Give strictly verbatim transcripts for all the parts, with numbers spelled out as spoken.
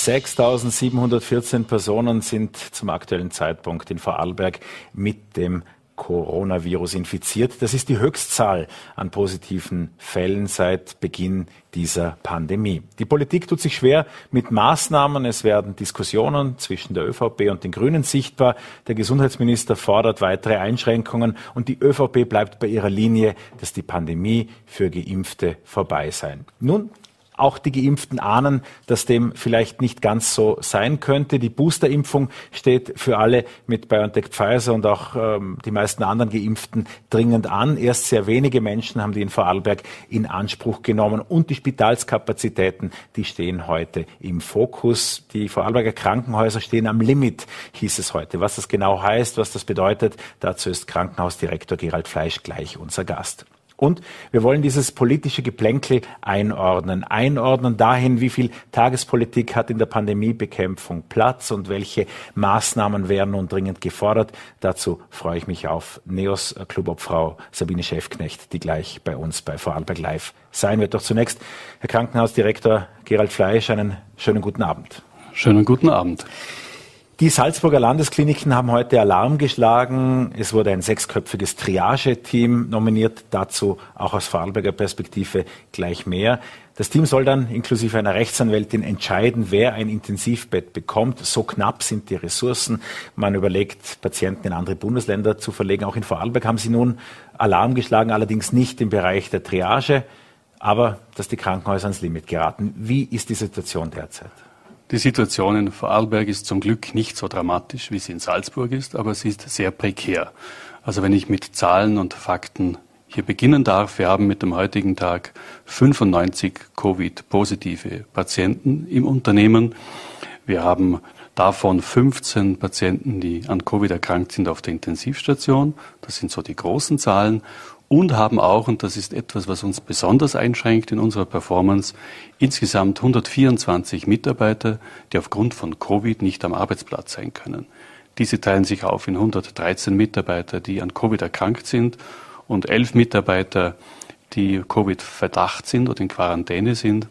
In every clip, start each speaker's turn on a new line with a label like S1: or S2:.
S1: sechstausendsiebenhundertvierzehn Personen sind zum aktuellen Zeitpunkt in Vorarlberg mit dem Coronavirus infiziert. Das ist die Höchstzahl an positiven Fällen seit Beginn dieser Pandemie. Die Politik tut sich schwer mit Maßnahmen. Es werden Diskussionen zwischen der ÖVP und den Grünen sichtbar. Der Gesundheitsminister fordert weitere Einschränkungen und die ÖVP bleibt bei ihrer Linie, dass die Pandemie für Geimpfte vorbei sei. Nun, auch die Geimpften ahnen, dass dem vielleicht nicht ganz so sein könnte. Die Boosterimpfung steht für alle mit BioNTech Pfizer und auch ähm, die meisten anderen Geimpften dringend an. Erst sehr wenige Menschen haben die in Vorarlberg in Anspruch genommen. Und die Spitalskapazitäten, die stehen heute im Fokus. Die Vorarlberger Krankenhäuser stehen am Limit, hieß es heute. Was das genau heißt, was das bedeutet, dazu ist Krankenhausdirektor Gerald Fleisch gleich unser Gast. Und wir wollen dieses politische Geplänkel einordnen. Einordnen dahin, wie viel Tagespolitik hat in der Pandemiebekämpfung Platz und welche Maßnahmen werden nun dringend gefordert. Dazu freue ich mich auf NEOS Clubobfrau Sabine Schäfknecht, die gleich bei uns bei Vorarlberg Live sein wird. Doch zunächst, Herr Krankenhausdirektor Gerald Fleisch, einen schönen guten Abend.
S2: Schönen guten Abend.
S1: Die Salzburger Landeskliniken haben heute Alarm geschlagen. Es wurde ein sechsköpfiges Triage-Team nominiert, dazu auch aus Vorarlberger Perspektive gleich mehr. Das Team soll dann inklusive einer Rechtsanwältin entscheiden, wer ein Intensivbett bekommt. So knapp sind die Ressourcen. Man überlegt, Patienten in andere Bundesländer zu verlegen. Auch in Vorarlberg haben sie nun Alarm geschlagen, allerdings nicht im Bereich der Triage, aber dass die Krankenhäuser ans Limit geraten. Wie ist die Situation derzeit?
S2: Die Situation in Vorarlberg ist zum Glück nicht so dramatisch, wie sie in Salzburg ist, aber sie ist sehr prekär. Also wenn ich mit Zahlen und Fakten hier beginnen darf, wir haben mit dem heutigen Tag fünfundneunzig Covid-positive Patienten im Unternehmen. Wir haben davon fünfzehn Patienten, die an Covid erkrankt sind auf der Intensivstation. Das sind so die großen Zahlen. Und haben auch, und das ist etwas, was uns besonders einschränkt in unserer Performance, insgesamt hundertvierundzwanzig Mitarbeiter, die aufgrund von Covid nicht am Arbeitsplatz sein können. Diese teilen sich auf in hundertdreizehn Mitarbeiter, die an Covid erkrankt sind und elf Mitarbeiter, die Covid-Verdacht sind oder in Quarantäne sind.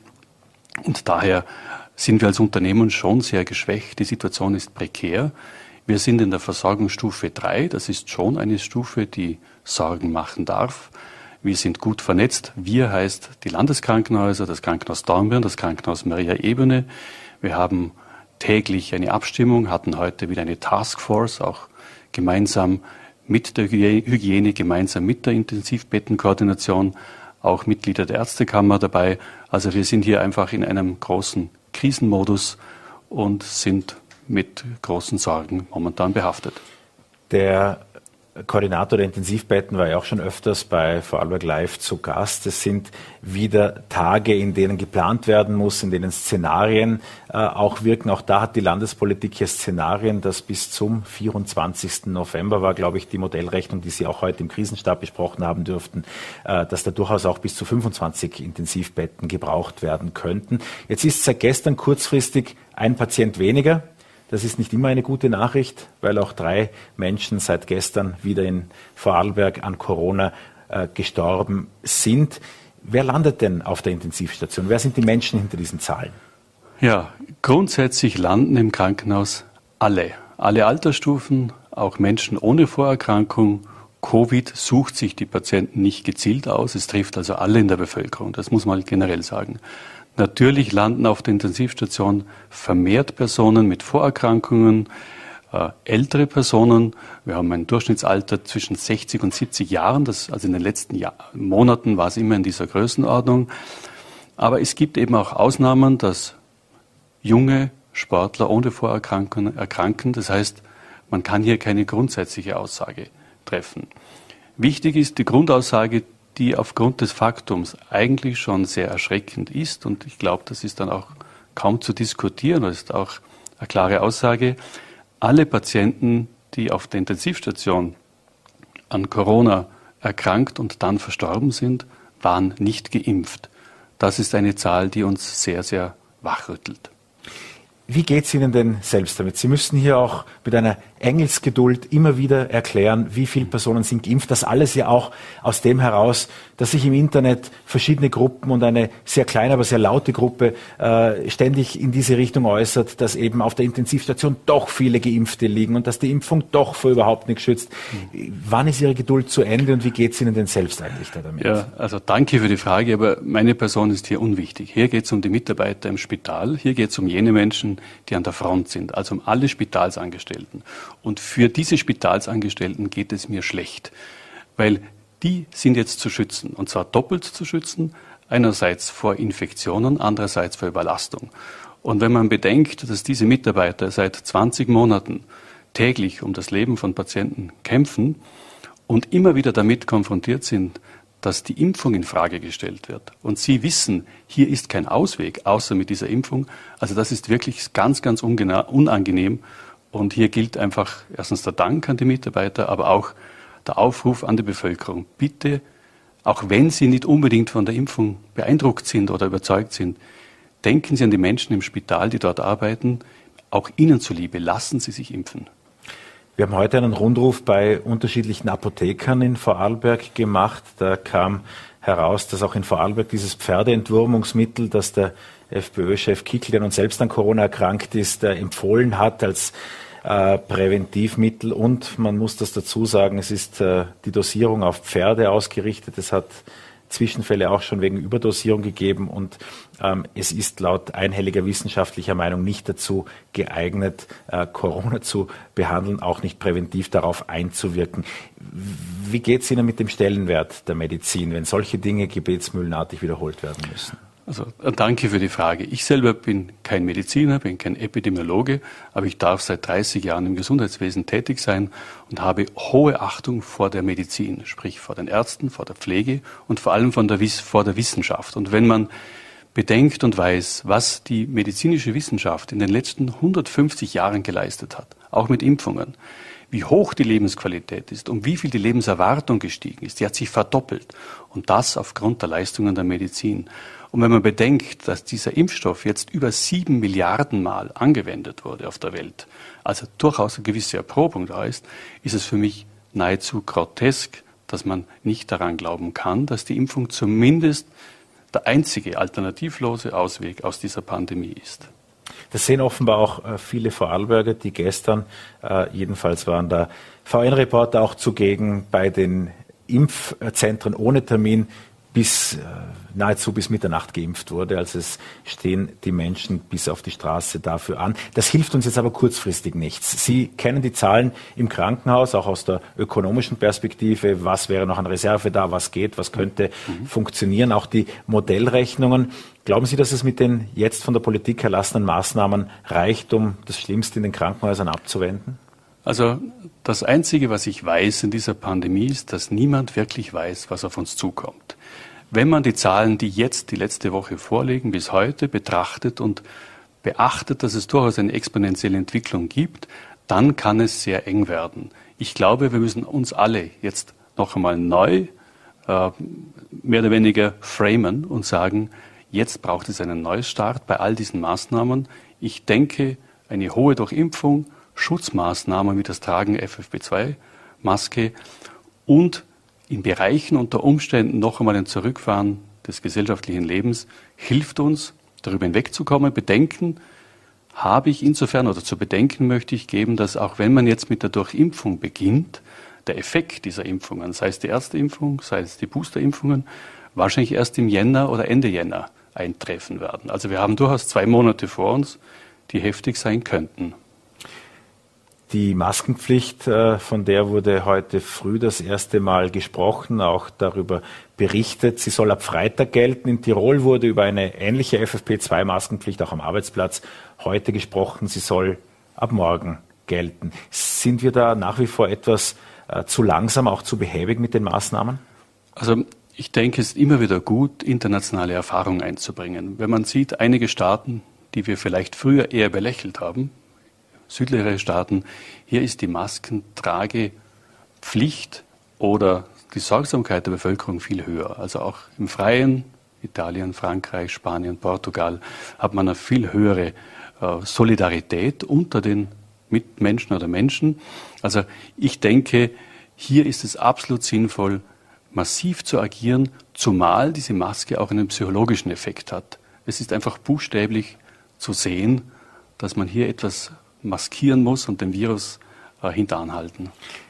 S2: Und daher sind wir als Unternehmen schon sehr geschwächt. Die Situation ist prekär. Wir sind in der Versorgungsstufe drei. Das ist schon eine Stufe, die Sorgen machen darf. Wir sind gut vernetzt. Wir heißt die Landeskrankenhäuser, das Krankenhaus Dornbirn, das Krankenhaus Maria Ebene. Wir haben täglich eine Abstimmung, hatten heute wieder eine Taskforce, auch gemeinsam mit der Hygiene, gemeinsam mit der Intensivbettenkoordination, auch Mitglieder der Ärztekammer dabei. Also wir sind hier einfach in einem großen Krisenmodus und sind mit großen Sorgen momentan behaftet.
S1: Der Koordinator der Intensivbetten war ja auch schon öfters bei Vorarlberg Live zu Gast. Es sind wieder Tage, in denen geplant werden muss, in denen Szenarien äh, auch wirken. Auch da hat die Landespolitik hier Szenarien, dass bis zum vierundzwanzigsten November war, glaube ich, die Modellrechnung, die Sie auch heute im Krisenstab besprochen haben dürften, äh, dass da durchaus auch bis zu fünfundzwanzig Intensivbetten gebraucht werden könnten. Jetzt ist seit gestern kurzfristig ein Patient weniger. Das ist nicht immer eine gute Nachricht, weil auch drei Menschen seit gestern wieder in Vorarlberg an Corona äh, gestorben sind. Wer landet denn auf der Intensivstation? Wer sind die Menschen hinter diesen Zahlen?
S2: Ja, grundsätzlich landen im Krankenhaus alle. Alle Altersstufen, auch Menschen ohne Vorerkrankung. Covid sucht sich die Patienten nicht gezielt aus. Es trifft also alle in der Bevölkerung. Das muss man generell sagen. Natürlich landen auf der Intensivstation vermehrt Personen mit Vorerkrankungen, äh, ältere Personen. Wir haben ein Durchschnittsalter zwischen sechzig und siebzig Jahren. Das, also in den letzten Jahr, Monaten war es immer in dieser Größenordnung. Aber es gibt eben auch Ausnahmen, dass junge Sportler ohne Vorerkrankungen erkranken. Das heißt, man kann hier keine grundsätzliche Aussage treffen. Wichtig ist die Grundaussage, die aufgrund des Faktums eigentlich schon sehr erschreckend ist. Und ich glaube, das ist dann auch kaum zu diskutieren. Das ist auch eine klare Aussage. Alle Patienten, die auf der Intensivstation an Corona erkrankt und dann verstorben sind, waren nicht geimpft. Das ist eine Zahl, die uns sehr, sehr wachrüttelt.
S1: Wie geht es Ihnen denn selbst damit? Sie müssen hier auch mit einer Engelsgeduld, immer wieder erklären, wie viele Personen sind geimpft. Das alles ja auch aus dem heraus, dass sich im Internet verschiedene Gruppen und eine sehr kleine, aber sehr laute Gruppe äh, ständig in diese Richtung äußert, dass eben auf der Intensivstation doch viele Geimpfte liegen und dass die Impfung doch vor überhaupt nichts schützt. Mhm. Wann ist Ihre Geduld zu Ende und wie geht es Ihnen denn selbst eigentlich da damit?
S2: Ja, also danke für die Frage, aber meine Person ist hier unwichtig. Hier geht es um die Mitarbeiter im Spital, hier geht es um jene Menschen, die an der Front sind, also um alle Spitalsangestellten. Und für diese Spitalsangestellten geht es mir schlecht, weil die sind jetzt zu schützen, und zwar doppelt zu schützen, einerseits vor Infektionen, andererseits vor Überlastung. Und wenn man bedenkt, dass diese Mitarbeiter seit zwanzig Monaten täglich um das Leben von Patienten kämpfen und immer wieder damit konfrontiert sind, dass die Impfung in Frage gestellt wird. Und sie wissen, hier ist kein Ausweg, außer mit dieser Impfung. Also das ist wirklich ganz, ganz unangenehm. Und hier gilt einfach erstens der Dank an die Mitarbeiter, aber auch der Aufruf an die Bevölkerung. Bitte, auch wenn Sie nicht unbedingt von der Impfung beeindruckt sind oder überzeugt sind, denken Sie an die Menschen im Spital, die dort arbeiten. Auch Ihnen zuliebe, lassen Sie sich impfen.
S1: Wir haben heute einen Rundruf bei unterschiedlichen Apothekern in Vorarlberg gemacht. Da kam heraus, dass auch in Vorarlberg dieses Pferdeentwurmungsmittel, das der FPÖ-Chef Kickl, der nun selbst an Corona erkrankt ist, empfohlen hat als äh, Präventivmittel. Und man muss das dazu sagen, es ist äh, die Dosierung auf Pferde ausgerichtet. Es hat Zwischenfälle auch schon wegen Überdosierung gegeben und ähm, es ist laut einhelliger wissenschaftlicher Meinung nicht dazu geeignet, äh, Corona zu behandeln, auch nicht präventiv darauf einzuwirken. Wie geht es Ihnen mit dem Stellenwert der Medizin, wenn solche Dinge gebetsmühlenartig wiederholt werden müssen?
S2: Also danke für die Frage. Ich selber bin kein Mediziner, bin kein Epidemiologe, aber ich darf seit dreißig Jahren im Gesundheitswesen tätig sein und habe hohe Achtung vor der Medizin, sprich vor den Ärzten, vor der Pflege und vor allem von der, vor der Wissenschaft. Und wenn man bedenkt und weiß, was die medizinische Wissenschaft in den letzten hundertfünfzig Jahren geleistet hat, auch mit Impfungen, wie hoch die Lebensqualität ist, um wie viel die Lebenserwartung gestiegen ist, die hat sich verdoppelt und das aufgrund der Leistungen der Medizin. Und wenn man bedenkt, dass dieser Impfstoff jetzt über sieben Milliarden Mal angewendet wurde auf der Welt, also durchaus eine gewisse Erprobung da ist, ist es für mich nahezu grotesk, dass man nicht daran glauben kann, dass die Impfung zumindest der einzige alternativlose Ausweg aus dieser Pandemie ist.
S1: Das sehen offenbar auch äh, viele Vorarlberger, die gestern, äh, jedenfalls waren da V N-Reporter auch zugegen bei den Impfzentren ohne Termin, bis äh, nahezu bis Mitternacht geimpft wurde. Also es stehen die Menschen bis auf die Straße dafür an. Das hilft uns jetzt aber kurzfristig nichts. Sie kennen die Zahlen im Krankenhaus, auch aus der ökonomischen Perspektive. Was wäre noch an Reserve da? Was geht? Was könnte mhm. funktionieren? Auch die Modellrechnungen. Glauben Sie, dass es mit den jetzt von der Politik erlassenen Maßnahmen reicht, um das Schlimmste in den Krankenhäusern abzuwenden?
S2: Also das Einzige, was ich weiß in dieser Pandemie, ist, dass niemand wirklich weiß, was auf uns zukommt. Wenn man die Zahlen, die jetzt die letzte Woche vorliegen, bis heute betrachtet und beachtet, dass es durchaus eine exponentielle Entwicklung gibt, dann kann es sehr eng werden. Ich glaube, wir müssen uns alle jetzt noch einmal neu, äh, mehr oder weniger framen und sagen, jetzt braucht es einen Neustart bei all diesen Maßnahmen. Ich denke, eine hohe Durchimpfung, Schutzmaßnahmen wie das Tragen F F P zwei Maske und in Bereichen unter Umständen noch einmal ein Zurückfahren des gesellschaftlichen Lebens hilft uns, darüber hinwegzukommen. Bedenken habe ich insofern oder zu bedenken möchte ich geben, dass auch wenn man jetzt mit der Durchimpfung beginnt, der Effekt dieser Impfungen, sei es die Erstimpfung, sei es die Boosterimpfungen, wahrscheinlich erst im Jänner oder Ende Jänner eintreffen werden. Also wir haben durchaus zwei Monate vor uns, die heftig sein könnten.
S1: Die Maskenpflicht, von der wurde heute früh das erste Mal gesprochen, auch darüber berichtet. Sie soll ab Freitag gelten. In Tirol wurde über eine ähnliche F F P zwei Maskenpflicht auch am Arbeitsplatz heute gesprochen. Sie soll ab morgen gelten. Sind wir da nach wie vor etwas äh, zu langsam, auch zu behäbig mit den Maßnahmen?
S2: Also ich denke, es ist immer wieder gut, internationale Erfahrung einzubringen. Wenn man sieht, einige Staaten, die wir vielleicht früher eher belächelt haben, südlichere Staaten, hier ist die Maskentragepflicht oder die Sorgsamkeit der Bevölkerung viel höher. Also auch im Freien, Italien, Frankreich, Spanien, Portugal, hat man eine viel höhere äh, Solidarität unter den Mitmenschen oder Menschen. Also ich denke, hier ist es absolut sinnvoll, massiv zu agieren, zumal diese Maske auch einen psychologischen Effekt hat. Es ist einfach buchstäblich zu sehen, dass man hier etwas maskieren muss und den Virus äh, hinteranhalten.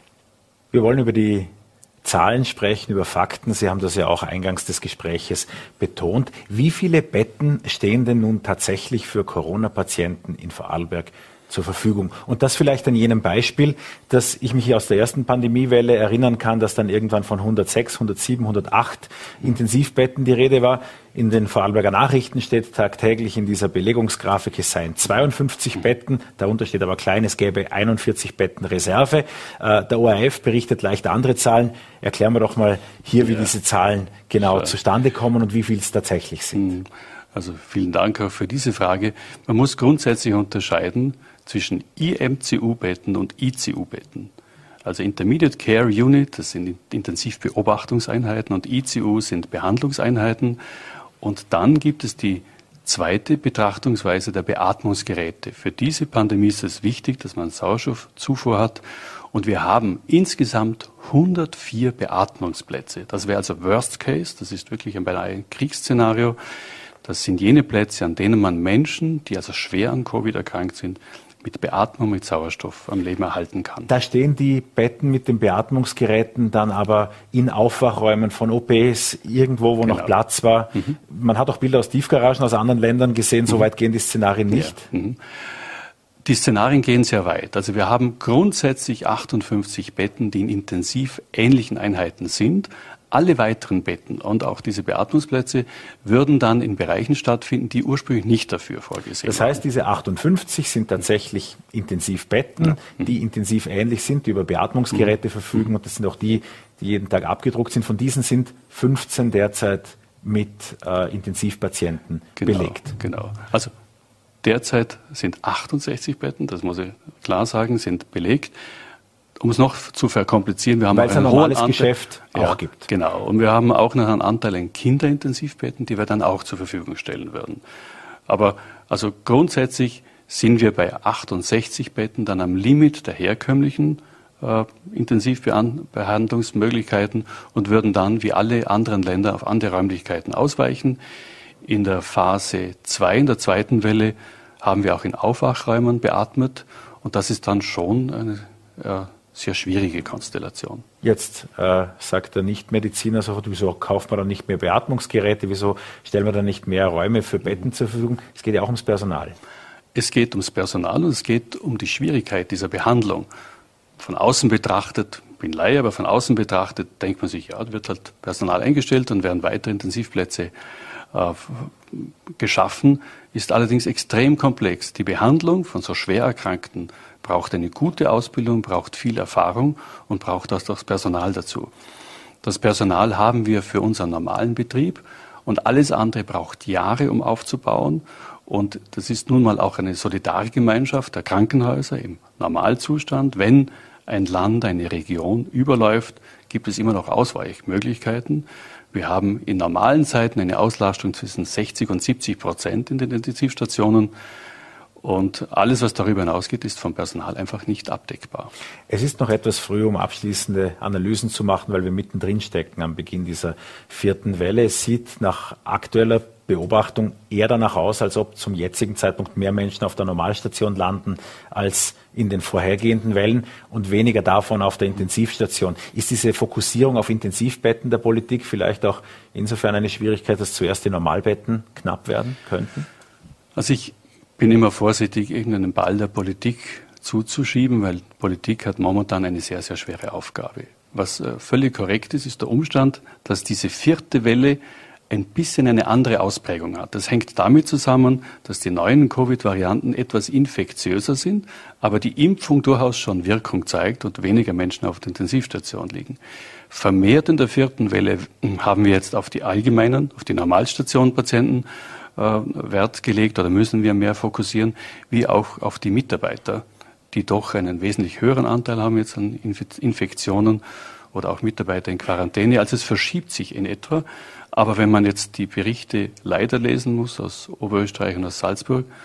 S1: Wir wollen über die Zahlen sprechen, über Fakten. Sie haben das ja auch eingangs des Gespräches betont. Wie viele Betten stehen denn nun tatsächlich für Corona-Patienten in Vorarlberg zur Verfügung? Und das vielleicht an jenem Beispiel, dass ich mich aus der ersten Pandemiewelle erinnern kann, dass dann irgendwann von hundertsechs, hundertsieben, hundertacht Intensivbetten die Rede war. In den Vorarlberger Nachrichten steht tagtäglich in dieser Belegungsgrafik, es seien zweiundfünfzig Betten, darunter steht aber klein, es gäbe einundvierzig Betten Reserve. Äh, der O R F berichtet leicht andere Zahlen. Erklären wir doch mal hier, wie ja. diese Zahlen genau ja. zustande kommen und wie viel es tatsächlich sind.
S2: Also vielen Dank auch für diese Frage. Man muss grundsätzlich unterscheiden zwischen I M C U-Betten und I C U-Betten. Also Intermediate Care Unit, das sind Intensivbeobachtungseinheiten, und I C U sind Behandlungseinheiten. Und dann gibt es die zweite Betrachtungsweise der Beatmungsgeräte. Für diese Pandemie ist es wichtig, dass man Sauerstoffzufuhr hat. Und wir haben insgesamt hundertvier Beatmungsplätze. Das wäre also Worst Case, das ist wirklich ein beinahe Kriegsszenario. Das sind jene Plätze, an denen man Menschen, die also schwer an Covid erkrankt sind, mit Beatmung, mit Sauerstoff am Leben erhalten kann.
S1: Da stehen die Betten mit den Beatmungsgeräten dann aber in Aufwachräumen von O Ps, irgendwo, wo genau. noch Platz war. Mhm. Man hat auch Bilder aus Tiefgaragen aus anderen Ländern gesehen, so mhm. weit gehen die Szenarien nicht.
S2: Ja. Mhm. Die Szenarien gehen sehr weit. Also wir haben grundsätzlich achtundfünfzig Betten, die in intensiv ähnlichen Einheiten sind. Alle weiteren Betten und auch diese Beatmungsplätze würden dann in Bereichen stattfinden, die ursprünglich nicht dafür vorgesehen waren.
S1: Das heißt, diese achtundfünfzig sind tatsächlich Intensivbetten, ja. die intensiv ähnlich sind, die über Beatmungsgeräte mhm. verfügen, und das sind auch die, die jeden Tag abgedruckt sind. Von diesen sind fünfzehn derzeit mit äh, Intensivpatienten
S2: genau,
S1: belegt.
S2: Genau. Also derzeit sind achtundsechzig Betten, das muss ich klar sagen, sind belegt. Um es noch zu verkomplizieren, wir haben
S1: Weil es ein normales Anteil, Geschäft
S2: ja,
S1: auch gibt.
S2: Genau. Und wir haben auch noch einen Anteil an Kinderintensivbetten, die wir dann auch zur Verfügung stellen würden. Aber also grundsätzlich sind wir bei achtundsechzig Betten dann am Limit der herkömmlichen äh, Intensivbehandlungsmöglichkeiten und würden dann wie alle anderen Länder auf andere Räumlichkeiten ausweichen. In der Phase zwei, in der zweiten Welle, haben wir auch in Aufwachräumen beatmet, und das ist dann schon eine äh, sehr schwierige Konstellation.
S1: Jetzt äh, sagt der Nichtmediziner sofort, wieso kauft man dann nicht mehr Beatmungsgeräte, wieso stellen wir dann nicht mehr Räume für Betten zur Verfügung? Es geht ja auch ums Personal.
S2: Es geht ums Personal und es geht um die Schwierigkeit dieser Behandlung. Von außen betrachtet, ich bin Laie, aber von außen betrachtet denkt man sich, ja, da wird halt Personal eingestellt und werden weitere Intensivplätze äh, geschaffen, ist allerdings extrem komplex. Die Behandlung von so schwer Erkrankten braucht eine gute Ausbildung, braucht viel Erfahrung und braucht auch das Personal dazu. Das Personal haben wir für unseren normalen Betrieb, und alles andere braucht Jahre, um aufzubauen. Und das ist nun mal auch eine Solidargemeinschaft der Krankenhäuser im Normalzustand. Wenn ein Land, eine Region überläuft, gibt es immer noch Ausweichmöglichkeiten. Wir haben in normalen Zeiten eine Auslastung zwischen sechzig und siebzig Prozent in den Intensivstationen. Und alles, was darüber hinausgeht, ist vom Personal einfach nicht abdeckbar.
S1: Es ist noch etwas früh, um abschließende Analysen zu machen, weil wir mittendrin stecken am Beginn dieser vierten Welle. Es sieht nach aktueller Beobachtung eher danach aus, als ob zum jetzigen Zeitpunkt mehr Menschen auf der Normalstation landen als in den vorhergehenden Wellen und weniger davon auf der Intensivstation. Ist diese Fokussierung auf Intensivbetten der Politik vielleicht auch insofern eine Schwierigkeit, dass zuerst die Normalbetten knapp werden könnten?
S2: Also ich bin immer vorsichtig, irgendeinen Ball der Politik zuzuschieben, weil Politik hat momentan eine sehr, sehr schwere Aufgabe. Was äh, völlig korrekt ist, ist der Umstand, dass diese vierte Welle ein bisschen eine andere Ausprägung hat. Das hängt damit zusammen, dass die neuen Covid-Varianten etwas infektiöser sind, aber die Impfung durchaus schon Wirkung zeigt und weniger Menschen auf der Intensivstation liegen. Vermehrt in der vierten Welle haben wir jetzt auf die allgemeinen, auf die Normalstationenpatienten äh, Wert gelegt, oder müssen wir mehr fokussieren, wie auch auf die Mitarbeiter, die doch einen wesentlich höheren Anteil haben jetzt an Infektionen, oder auch Mitarbeiter in Quarantäne. Also es verschiebt sich in etwa. Aber wenn man jetzt die Berichte leider lesen muss aus Oberösterreich und aus Salzburg,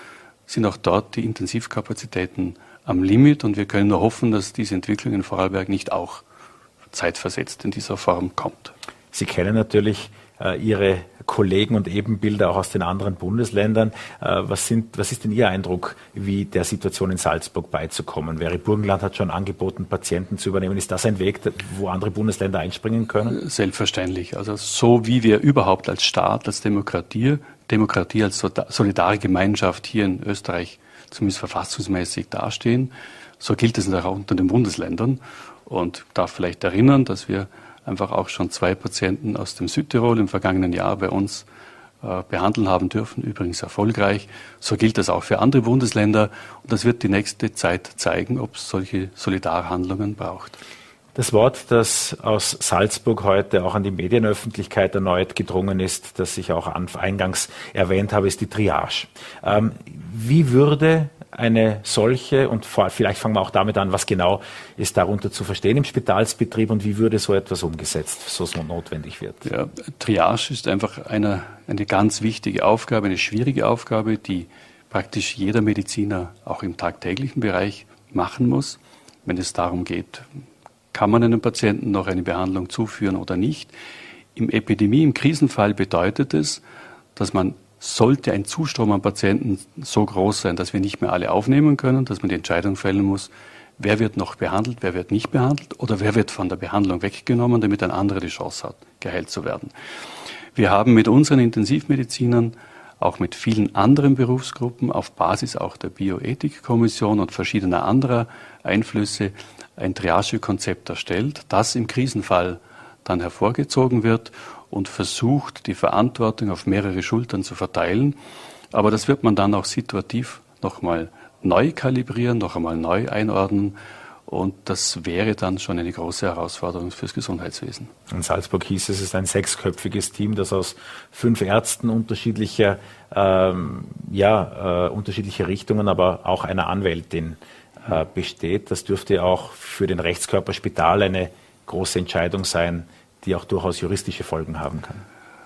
S2: sind auch dort die Intensivkapazitäten am Limit und wir können nur hoffen, dass diese Entwicklung in Vorarlberg nicht auch zeitversetzt in dieser Form kommt.
S1: Sie kennen natürlich äh, Ihre Kollegen und Ebenbilder auch aus den anderen Bundesländern. Äh, was, sind, was ist denn Ihr Eindruck, wie der Situation in Salzburg beizukommen wäre? Burgenland hat schon angeboten, Patienten zu übernehmen. Ist das ein Weg, wo andere Bundesländer einspringen können?
S2: Selbstverständlich. Also so wie wir überhaupt als Staat, als Demokratie, Demokratie als solidare Gemeinschaft hier in Österreich zumindest verfassungsmäßig dastehen, so gilt es auch unter den Bundesländern. Und ich darf vielleicht erinnern, dass wir einfach auch schon zwei Patienten aus dem Südtirol im vergangenen Jahr bei uns äh, behandeln haben dürfen, übrigens erfolgreich. So gilt das auch für andere Bundesländer und das wird die nächste Zeit zeigen, ob es solche Solidarhandlungen braucht.
S1: Das Wort, das aus Salzburg heute auch an die Medienöffentlichkeit erneut gedrungen ist, das ich auch eingangs erwähnt habe, ist die Triage. Ähm, wie würde eine solche, und vielleicht fangen wir auch damit an, was genau ist darunter zu verstehen im Spitalsbetrieb und wie würde so etwas umgesetzt, so es notwendig wird?
S2: Ja, Triage ist einfach eine, eine ganz wichtige Aufgabe, eine schwierige Aufgabe, die praktisch jeder Mediziner auch im tagtäglichen Bereich machen muss, wenn es darum geht, kann man einem Patienten noch eine Behandlung zuführen oder nicht. Im Epidemie, im Krisenfall bedeutet es, dass man, sollte ein Zustrom an Patienten so groß sein, dass wir nicht mehr alle aufnehmen können, dass man die Entscheidung fällen muss, wer wird noch behandelt, wer wird nicht behandelt oder wer wird von der Behandlung weggenommen, damit ein anderer die Chance hat, geheilt zu werden. Wir haben mit unseren Intensivmedizinern, auch mit vielen anderen Berufsgruppen, auf Basis auch der Bioethikkommission und verschiedener anderer Einflüsse ein Triagekonzept erstellt, das im Krisenfall dann hervorgezogen wird und versucht, die Verantwortung auf mehrere Schultern zu verteilen. Aber das wird man dann auch situativ nochmal neu kalibrieren, noch einmal neu einordnen. Und das wäre dann schon eine große Herausforderung fürs Gesundheitswesen. In
S1: Salzburg hieß es, es ist ein sechsköpfiges Team, das aus fünf Ärzten unterschiedlicher, ähm, ja, äh, unterschiedliche Richtungen, aber auch einer Anwältin äh, besteht. Das dürfte auch für den Rechtskörper Spital eine große Entscheidung sein, die auch durchaus juristische Folgen haben kann.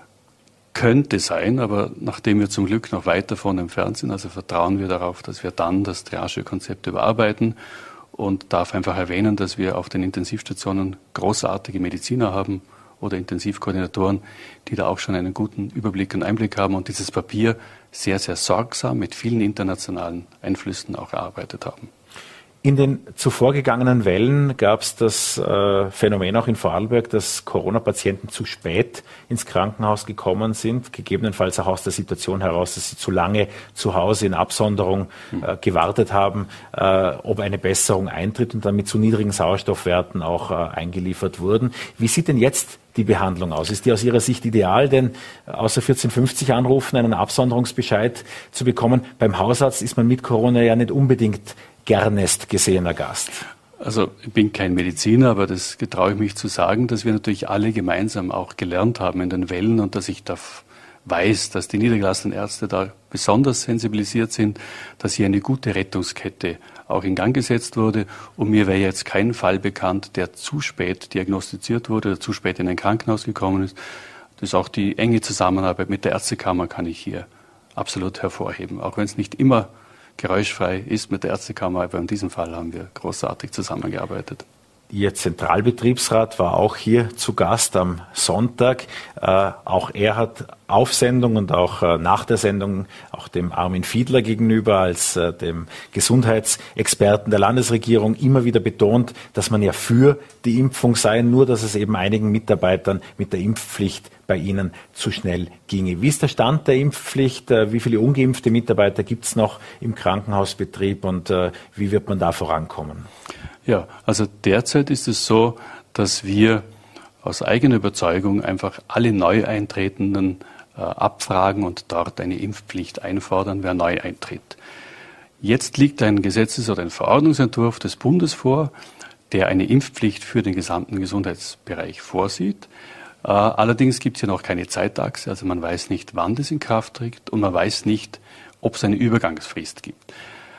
S2: Könnte sein, aber nachdem wir zum Glück noch weit davon entfernt sind, also vertrauen wir darauf, dass wir dann das Triagekonzept überarbeiten und darf einfach erwähnen, dass wir auf den Intensivstationen großartige Mediziner haben oder Intensivkoordinatoren, die da auch schon einen guten Überblick und Einblick haben und dieses Papier sehr, sehr sorgsam mit vielen internationalen Einflüssen auch erarbeitet haben.
S1: In den zuvor gegangenen Wellen gab es das äh, Phänomen auch in Vorarlberg, dass Corona-Patienten zu spät ins Krankenhaus gekommen sind, gegebenenfalls auch aus der Situation heraus, dass sie zu lange zu Hause in Absonderung äh, gewartet haben, äh, ob eine Besserung eintritt und dann mit zu niedrigen Sauerstoffwerten auch äh, eingeliefert wurden. Wie sieht denn jetzt die Behandlung aus? Ist die aus Ihrer Sicht ideal? Denn außer vierzehn fünfzig anrufen, einen Absonderungsbescheid zu bekommen, beim Hausarzt ist man mit Corona ja nicht unbedingt gernest gesehener Gast.
S2: Also ich bin kein Mediziner, aber das getraue ich mich zu sagen, dass wir natürlich alle gemeinsam auch gelernt haben in den Wellen und dass ich da weiß, dass die niedergelassenen Ärzte da besonders sensibilisiert sind, dass hier eine gute Rettungskette auch in Gang gesetzt wurde. Und mir wäre jetzt kein Fall bekannt, der zu spät diagnostiziert wurde oder zu spät in ein Krankenhaus gekommen ist. Das ist auch die enge Zusammenarbeit mit der Ärztekammer kann ich hier absolut hervorheben, auch wenn es nicht immer geräuschfrei ist mit der Ärztekammer, aber in diesem Fall haben wir großartig zusammengearbeitet.
S1: Ihr Zentralbetriebsrat war auch hier zu Gast am Sonntag. Äh, auch er hat auf Sendung und auch äh, nach der Sendung auch dem Armin Fiedler gegenüber als äh, dem Gesundheitsexperten der Landesregierung immer wieder betont, dass man ja für die Impfung sei, nur dass es eben einigen Mitarbeitern mit der Impfpflicht bei Ihnen zu schnell ginge. Wie ist der Stand der Impfpflicht? Äh, wie viele ungeimpfte Mitarbeiter gibt es noch im Krankenhausbetrieb und äh, wie wird man da vorankommen?
S2: Ja, also derzeit ist es so, dass wir aus eigener Überzeugung einfach alle Neueintretenden äh, abfragen und dort eine Impfpflicht einfordern, wer neu eintritt. Jetzt liegt ein Gesetzes- oder ein Verordnungsentwurf des Bundes vor, der eine Impfpflicht für den gesamten Gesundheitsbereich vorsieht. Äh, allerdings gibt es ja noch keine Zeitachse, also man weiß nicht, wann das in Kraft tritt und man weiß nicht, ob es eine Übergangsfrist gibt.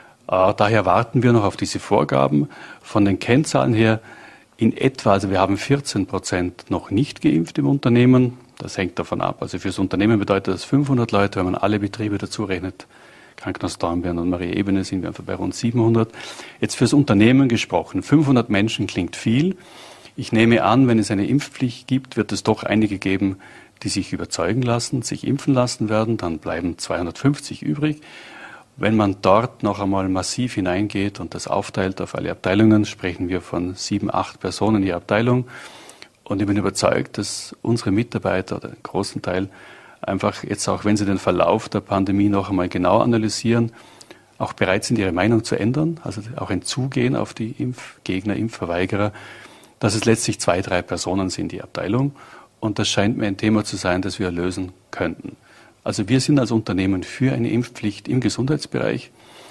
S2: Daher warten wir noch auf diese Vorgaben. Von den Kennzahlen her in etwa, also wir haben vierzehn Prozent noch nicht geimpft im Unternehmen. Das hängt davon ab. Also fürs Unternehmen bedeutet das fünfhundert Leute, wenn man alle Betriebe dazu rechnet, Krankenhaus Dornbirn und Maria Ebene sind wir einfach bei rund siebenhundert. Jetzt fürs Unternehmen gesprochen, fünfhundert Menschen klingt viel. Ich nehme an, wenn es eine Impfpflicht gibt, wird es doch einige geben, die sich überzeugen lassen, sich impfen lassen werden. Dann bleiben zweihundertfünfzig übrig. Wenn man dort noch einmal massiv hineingeht und das aufteilt auf alle Abteilungen, sprechen wir von sieben, acht Personen je Abteilung. Und ich bin überzeugt, dass unsere Mitarbeiter oder einen großen Teil einfach jetzt auch, wenn sie den Verlauf der Pandemie noch einmal genau analysieren, auch bereit sind, ihre Meinung zu ändern, also auch ein Zugehen auf die Impfgegner, Impfverweigerer, dass es letztlich zwei, drei Personen sind, die Abteilung. Und das scheint mir ein Thema zu sein, das wir lösen könnten. Also wir sind als Unternehmen für eine Impfpflicht im Gesundheitsbereich.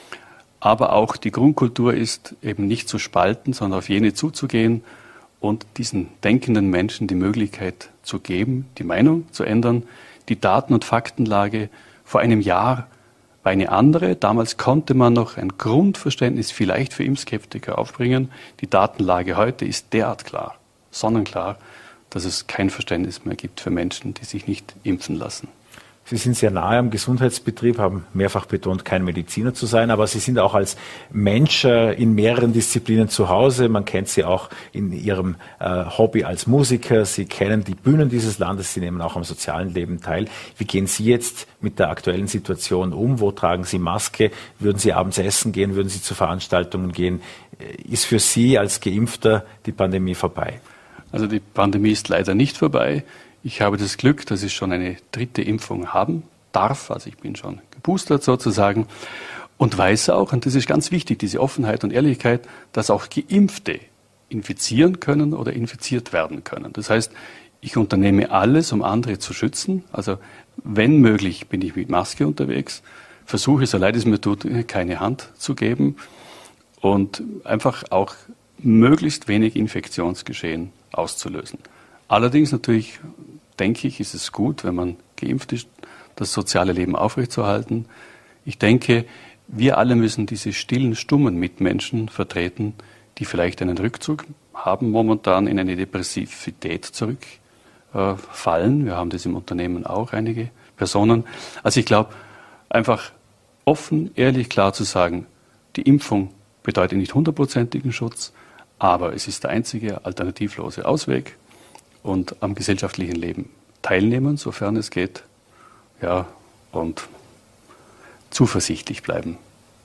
S2: Aber auch die Grundkultur ist eben nicht zu spalten, sondern auf jene zuzugehen und diesen denkenden Menschen die Möglichkeit zu geben, die Meinung zu ändern. Die Daten- und Faktenlage vor einem Jahr war eine andere. Damals konnte man noch ein Grundverständnis vielleicht für Impfskeptiker aufbringen. Die Datenlage heute ist derart klar, sonnenklar, dass es kein Verständnis mehr gibt für Menschen, die sich nicht impfen lassen.
S1: Sie sind sehr nahe am Gesundheitsbetrieb, haben mehrfach betont, kein Mediziner zu sein, aber Sie sind auch als Mensch in mehreren Disziplinen zu Hause. Man kennt Sie auch in Ihrem äh, Hobby als Musiker. Sie kennen die Bühnen dieses Landes, Sie nehmen auch am sozialen Leben teil. Wie gehen Sie jetzt mit der aktuellen Situation um? Wo tragen Sie Maske? Würden Sie abends essen gehen? Würden Sie zu Veranstaltungen gehen? Ist für Sie als Geimpfter die Pandemie vorbei?
S2: Also die Pandemie ist leider nicht vorbei. Ich habe das Glück, dass ich schon eine dritte Impfung haben darf. Also ich bin schon geboostert sozusagen und weiß auch, und das ist ganz wichtig, diese Offenheit und Ehrlichkeit, dass auch Geimpfte infizieren können oder infiziert werden können. Das heißt, ich unternehme alles, um andere zu schützen. Also wenn möglich bin ich mit Maske unterwegs, versuche, so leid es mir tut, keine Hand zu geben und einfach auch möglichst wenig Infektionsgeschehen auszulösen. Allerdings natürlich, denke ich, ist es gut, wenn man geimpft ist, das soziale Leben aufrechtzuerhalten. Ich denke, wir alle müssen diese stillen, stummen Mitmenschen vertreten, die vielleicht einen Rückzug haben, momentan in eine Depressivität zurückfallen. Äh, wir haben das im Unternehmen auch, einige Personen. Also ich glaube, einfach offen, ehrlich, klar zu sagen, die Impfung bedeutet nicht hundertprozentigen Schutz, aber es ist der einzige alternativlose Ausweg. Und am gesellschaftlichen Leben teilnehmen, sofern es geht, ja, und zuversichtlich bleiben.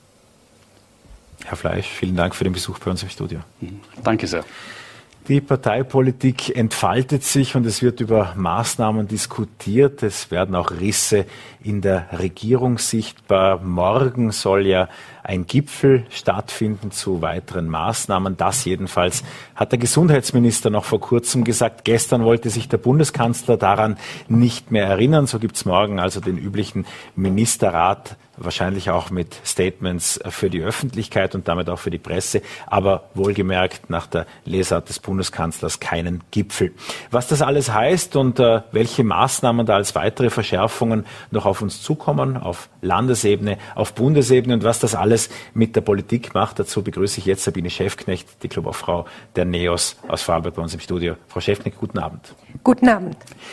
S1: Herr Fleisch, vielen Dank für den Besuch bei uns im Studio.
S2: Danke sehr.
S1: Die Parteipolitik entfaltet sich und es wird über Maßnahmen diskutiert. Es werden auch Risse in der Regierung sichtbar. Morgen soll ja ein Gipfel stattfinden zu weiteren Maßnahmen. Das jedenfalls hat der Gesundheitsminister noch vor kurzem gesagt. Gestern wollte sich der Bundeskanzler daran nicht mehr erinnern. So gibt's morgen also den üblichen Ministerrat, wahrscheinlich auch mit Statements für die Öffentlichkeit und damit auch für die Presse, aber wohlgemerkt nach der Lesart des Bundeskanzlers keinen Gipfel. Was das alles heißt und äh, welche Maßnahmen da als weitere Verschärfungen noch auf uns zukommen, auf Landesebene, auf Bundesebene und was das alles mit der Politik macht, dazu begrüße ich jetzt Sabine Schäfknecht, die Clubobfrau der NEOS aus Vorarlberg bei uns im Studio. Frau Schäfknecht, guten Abend.
S3: Guten Abend.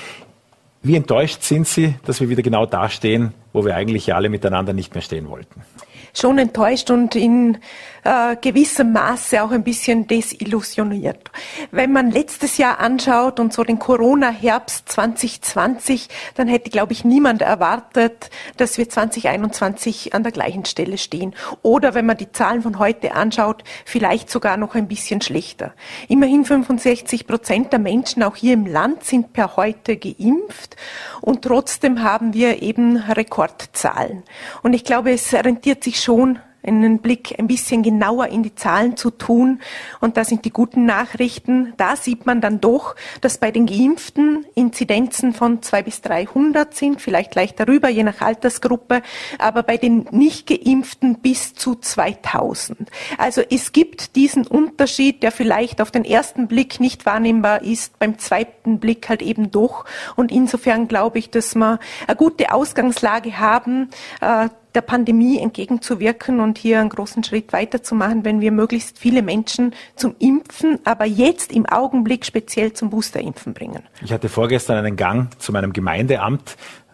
S1: Wie enttäuscht sind Sie, dass wir wieder genau da stehen, wo wir eigentlich alle miteinander nicht mehr stehen wollten?
S3: Schon enttäuscht und in äh, gewissem Maße auch ein bisschen desillusioniert. Wenn man letztes Jahr anschaut und so den Corona-Herbst zwanzig zwanzig, dann hätte, glaube ich, niemand erwartet, dass wir zwanzig einundzwanzig an der gleichen Stelle stehen. Oder wenn man die Zahlen von heute anschaut, vielleicht sogar noch ein bisschen schlechter. Immerhin fünfundsechzig Prozent der Menschen auch hier im Land sind per heute geimpft und trotzdem haben wir eben Rekordzahlen. Und ich glaube, es rentiert sich schon, einen Blick ein bisschen genauer in die Zahlen zu tun. Und da sind die guten Nachrichten. Da sieht man dann doch, dass bei den Geimpften Inzidenzen von zweihundert bis dreihundert sind, vielleicht leicht darüber, je nach Altersgruppe, aber bei den Nicht-Geimpften bis zu zweitausend. Also es gibt diesen Unterschied, der vielleicht auf den ersten Blick nicht wahrnehmbar ist, beim zweiten Blick halt eben doch. Und insofern glaube ich, dass wir eine gute Ausgangslage haben, äh, der Pandemie entgegenzuwirken und hier einen großen Schritt weiterzumachen, wenn wir möglichst viele Menschen zum Impfen, aber jetzt im Augenblick speziell zum Boosterimpfen bringen.
S1: Ich hatte vorgestern einen Gang zu meinem Gemeindeamt.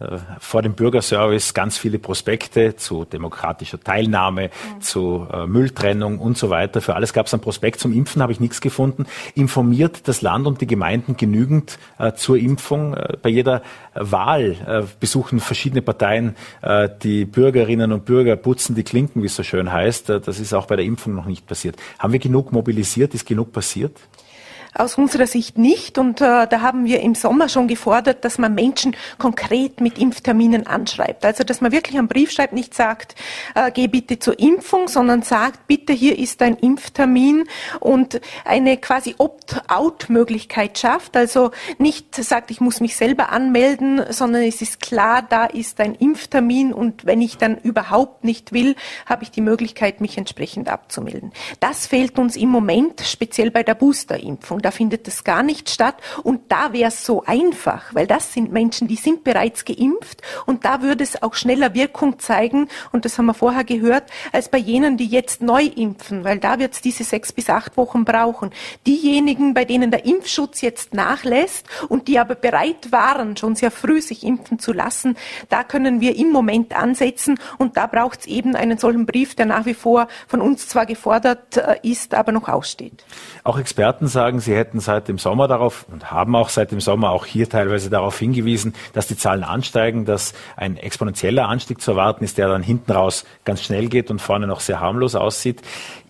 S1: äh, vor dem Bürgerservice ganz viele Prospekte zu demokratischer Teilnahme, mhm. zu äh, Mülltrennung und so weiter. Für alles gab es einen Prospekt. Zum Impfen habe ich nichts gefunden. Informiert das Land und die Gemeinden genügend äh, zur Impfung? Äh, bei jeder Wahl äh, besuchen verschiedene Parteien äh, die Bürgerinnen und Bürger, putzen die Klinken, wie es so schön heißt. Äh, das ist auch bei der Impfung noch nicht passiert. Haben wir genug mobilisiert? Ist genug passiert?
S3: Aus unserer Sicht nicht. Und äh, da haben wir im Sommer schon gefordert, dass man Menschen konkret mit Impfterminen anschreibt. Also dass man wirklich einen Brief schreibt, nicht sagt, äh, geh bitte zur Impfung, sondern sagt, bitte, hier ist dein Impftermin, und eine quasi Opt-out-Möglichkeit schafft. Also nicht sagt, ich muss mich selber anmelden, sondern es ist klar, da ist ein Impftermin, und wenn ich dann überhaupt nicht will, habe ich die Möglichkeit, mich entsprechend abzumelden. Das fehlt uns im Moment, speziell bei der Boosterimpfung. Da findet das gar nicht statt, und da wäre es so einfach, weil das sind Menschen, die sind bereits geimpft, und da würde es auch schneller Wirkung zeigen, und das haben wir vorher gehört, als bei jenen, die jetzt neu impfen, weil da wird es diese sechs bis acht Wochen brauchen. Diejenigen, bei denen der Impfschutz jetzt nachlässt und die aber bereit waren, schon sehr früh sich impfen zu lassen, da können wir im Moment ansetzen, und da braucht es eben einen solchen Brief, der nach wie vor von uns zwar gefordert äh, ist, aber noch aussteht.
S1: Auch Experten sagen, sie hätten seit dem Sommer darauf und haben auch seit dem Sommer auch hier teilweise darauf hingewiesen, dass die Zahlen ansteigen, dass ein exponentieller Anstieg zu erwarten ist, der dann hinten raus ganz schnell geht und vorne noch sehr harmlos aussieht.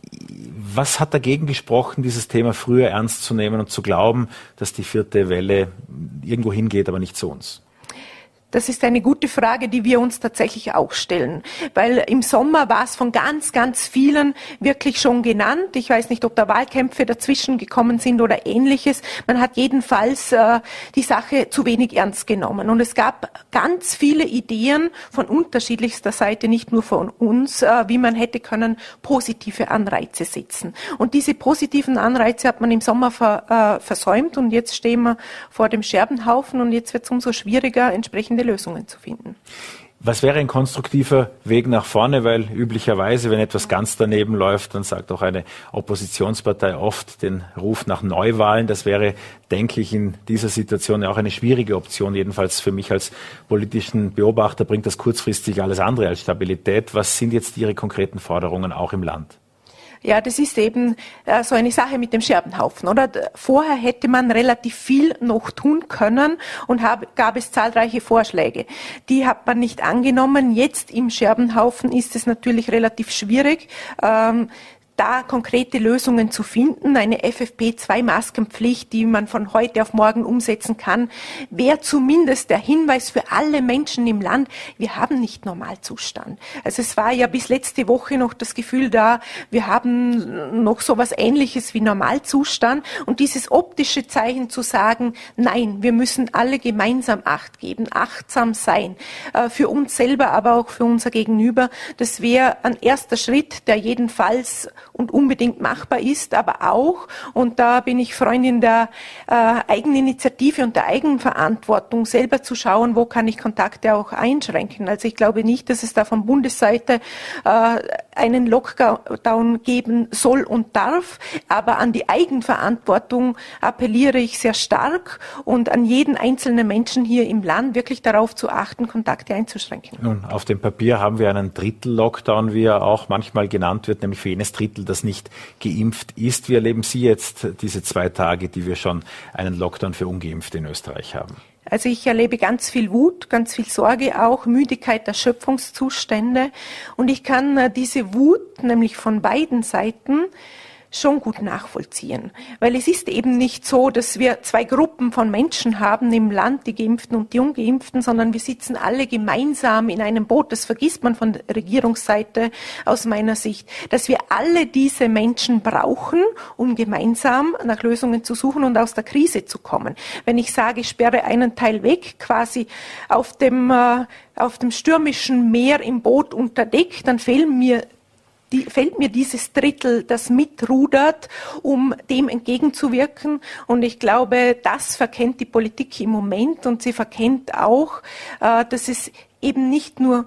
S1: Was hat dagegen gesprochen, dieses Thema früher ernst zu nehmen und zu glauben, dass die vierte Welle irgendwo hingeht, aber nicht zu uns?
S3: Das ist eine gute Frage, die wir uns tatsächlich auch stellen, weil im Sommer war es von ganz, ganz vielen wirklich schon genannt. Ich weiß nicht, ob da Wahlkämpfe dazwischen gekommen sind oder Ähnliches. Man hat jedenfalls äh, die Sache zu wenig ernst genommen, und es gab ganz viele Ideen von unterschiedlichster Seite, nicht nur von uns, äh, wie man hätte können positive Anreize setzen. Und diese positiven Anreize hat man im Sommer ver, äh, versäumt, und jetzt stehen wir vor dem Scherbenhaufen, und jetzt wird es umso schwieriger, entsprechende Lösungen zu finden.
S1: Was wäre ein konstruktiver Weg nach vorne? Weil üblicherweise, wenn etwas ganz daneben läuft, dann sagt auch eine Oppositionspartei oft den Ruf nach Neuwahlen. Das wäre, denke ich, in dieser Situation ja auch eine schwierige Option. Jedenfalls für mich als politischen Beobachter bringt das kurzfristig alles andere als Stabilität. Was sind jetzt Ihre konkreten Forderungen auch im Land?
S3: Ja, das ist eben äh, so eine Sache mit dem Scherbenhaufen, oder? Vorher hätte man relativ viel noch tun können, und hab, gab es zahlreiche Vorschläge. Die hat man nicht angenommen. Jetzt im Scherbenhaufen ist es natürlich relativ schwierig, ähm, da konkrete Lösungen zu finden. Eine F F P zwei Maskenpflicht, die man von heute auf morgen umsetzen kann, wäre zumindest der Hinweis für alle Menschen im Land, wir haben nicht Normalzustand. Also es war ja bis letzte Woche noch das Gefühl da, wir haben noch so was Ähnliches wie Normalzustand, und dieses optische Zeichen zu sagen, nein, wir müssen alle gemeinsam Acht geben, achtsam sein, äh, für uns selber, aber auch für unser Gegenüber, das wäre ein erster Schritt, der jedenfalls und unbedingt machbar ist, aber auch, und da bin ich Freundin der äh, Eigeninitiative und der Eigenverantwortung, selber zu schauen, wo kann ich Kontakte auch einschränken. Also ich glaube nicht, dass es da von Bundesseite äh, einen Lockdown geben soll und darf, aber an die Eigenverantwortung appelliere ich sehr stark, und an jeden einzelnen Menschen hier im Land wirklich darauf zu achten, Kontakte einzuschränken.
S1: Nun, auf dem Papier haben wir einen Drittel-Lockdown, wie er auch manchmal genannt wird, nämlich für jenes Drittel, das nicht geimpft ist. Wie erleben Sie jetzt diese zwei Tage, die wir schon einen Lockdown für Ungeimpfte in Österreich haben?
S3: Also ich erlebe ganz viel Wut, ganz viel Sorge auch, Müdigkeit, Erschöpfungszustände, und ich kann äh, diese Wut nämlich von beiden Seiten schon gut nachvollziehen. Weil es ist eben nicht so, dass wir zwei Gruppen von Menschen haben im Land, die Geimpften und die Ungeimpften, sondern wir sitzen alle gemeinsam in einem Boot. Das vergisst man von der Regierungsseite aus meiner Sicht, dass wir alle diese Menschen brauchen, um gemeinsam nach Lösungen zu suchen und aus der Krise zu kommen. Wenn ich sage, ich sperre einen Teil weg, quasi auf dem, äh, auf dem stürmischen Meer im Boot unter Deck, dann fehlen mir Die, fällt mir dieses Drittel, das mitrudert, um dem entgegenzuwirken. Und ich glaube, das verkennt die Politik im Moment, und sie verkennt auch, äh, dass es eben nicht nur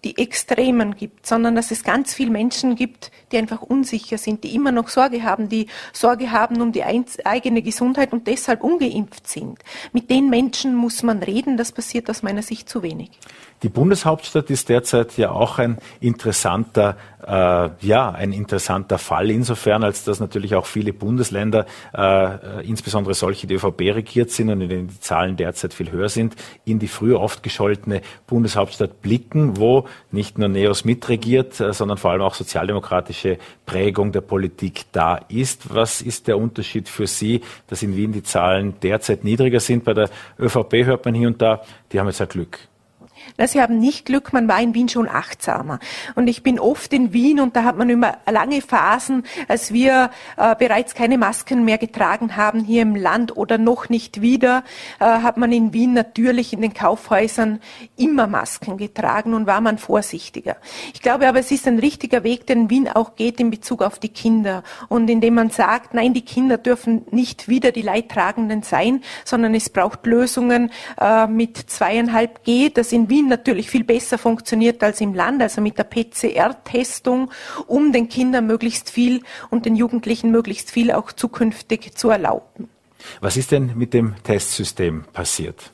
S3: die Extremen gibt, sondern dass es ganz viele Menschen gibt, die einfach unsicher sind, die immer noch Sorge haben, die Sorge haben um die eigene Gesundheit und deshalb ungeimpft sind. Mit den Menschen muss man reden, das passiert aus meiner Sicht zu wenig.
S1: Die Bundeshauptstadt ist derzeit ja auch ein interessanter, äh, ja, ein interessanter Fall insofern, als dass natürlich auch viele Bundesländer, äh, insbesondere solche, die ÖVP regiert sind und in denen die Zahlen derzeit viel höher sind, in die früher oft gescholtene Bundeshauptstadt blicken, wo nicht nur NEOS mitregiert, äh, sondern vor allem auch sozialdemokratische Prägung der Politik da ist. Was ist der Unterschied für Sie, dass in Wien die Zahlen derzeit niedriger sind? Bei der ÖVP hört man hier und da, die haben jetzt ein Glück.
S3: Na, Sie haben nicht Glück, man war in Wien schon achtsamer. Und ich bin oft in Wien und da hat man immer lange Phasen, als wir äh, bereits keine Masken mehr getragen haben hier im Land oder noch nicht wieder, äh, hat man in Wien natürlich in den Kaufhäusern immer Masken getragen und war man vorsichtiger. Ich glaube aber, es ist ein richtiger Weg, den Wien auch geht in Bezug auf die Kinder. Und indem man sagt, nein, die Kinder dürfen nicht wieder die Leidtragenden sein, sondern es braucht Lösungen äh, mit zweieinhalb G, das in Wien natürlich viel besser funktioniert als im Land, also mit der P C R-Testung, um den Kindern möglichst viel und den Jugendlichen möglichst viel auch zukünftig zu erlauben.
S1: Was ist denn mit dem Testsystem passiert?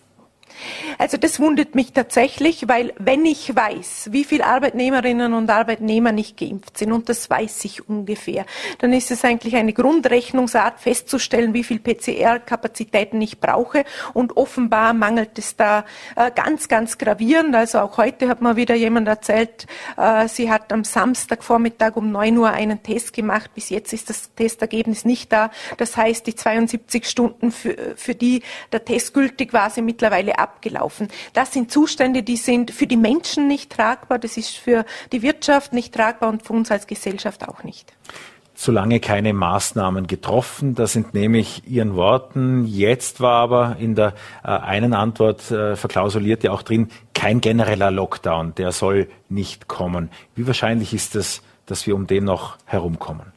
S3: Also das wundert mich tatsächlich, weil wenn ich weiß, wie viele Arbeitnehmerinnen und Arbeitnehmer nicht geimpft sind, und das weiß ich ungefähr, dann ist es eigentlich eine Grundrechnungsart festzustellen, wie viel P C R-Kapazitäten ich brauche, und offenbar mangelt es da äh, ganz, ganz gravierend. Also auch heute hat mir wieder jemand erzählt, äh, sie hat am Samstagvormittag um neun Uhr einen Test gemacht, bis jetzt ist das Testergebnis nicht da. Das heißt, die zweiundsiebzig Stunden, für, für die der Test gültig war, sind mittlerweile ab. abgelaufen. Das sind Zustände, die sind für die Menschen nicht tragbar, das ist für die Wirtschaft nicht tragbar und für uns als Gesellschaft auch nicht.
S1: Solange keine Maßnahmen getroffen, das entnehme ich Ihren Worten. Jetzt war aber in der äh, einen Antwort äh, verklausuliert ja auch drin, kein genereller Lockdown, der soll nicht kommen. Wie wahrscheinlich ist es, dass wir um den noch herumkommen?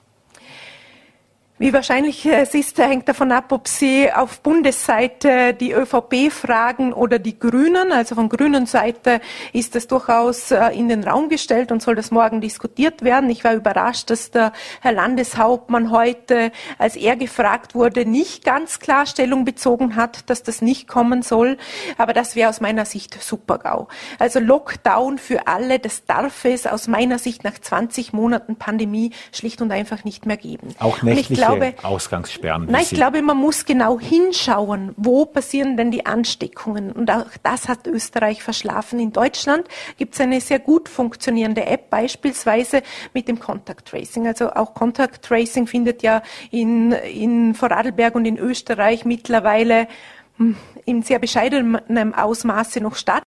S3: Wie wahrscheinlich es ist, hängt davon ab, ob Sie auf Bundesseite die ÖVP fragen oder die Grünen. Also von grünen Seite ist das durchaus in den Raum gestellt und soll das morgen diskutiert werden. Ich war überrascht, dass der Herr Landeshauptmann heute, als er gefragt wurde, nicht ganz klar Stellung bezogen hat, dass das nicht kommen soll. Aber das wäre aus meiner Sicht Super-GAU. Also Lockdown für alle, das darf es aus meiner Sicht nach zwanzig Monaten Pandemie schlicht und einfach nicht mehr geben.
S1: Auch nächtliche Glaube, Ausgangssperren.
S3: Nein, ich glaube, man muss genau hinschauen, wo passieren denn die Ansteckungen. Und auch das hat Österreich verschlafen. In Deutschland gibt es eine sehr gut funktionierende App, beispielsweise mit dem Contact Tracing. Also auch Contact Tracing findet ja in, in Vorarlberg und in Österreich mittlerweile in sehr bescheidenem Ausmaße noch statt.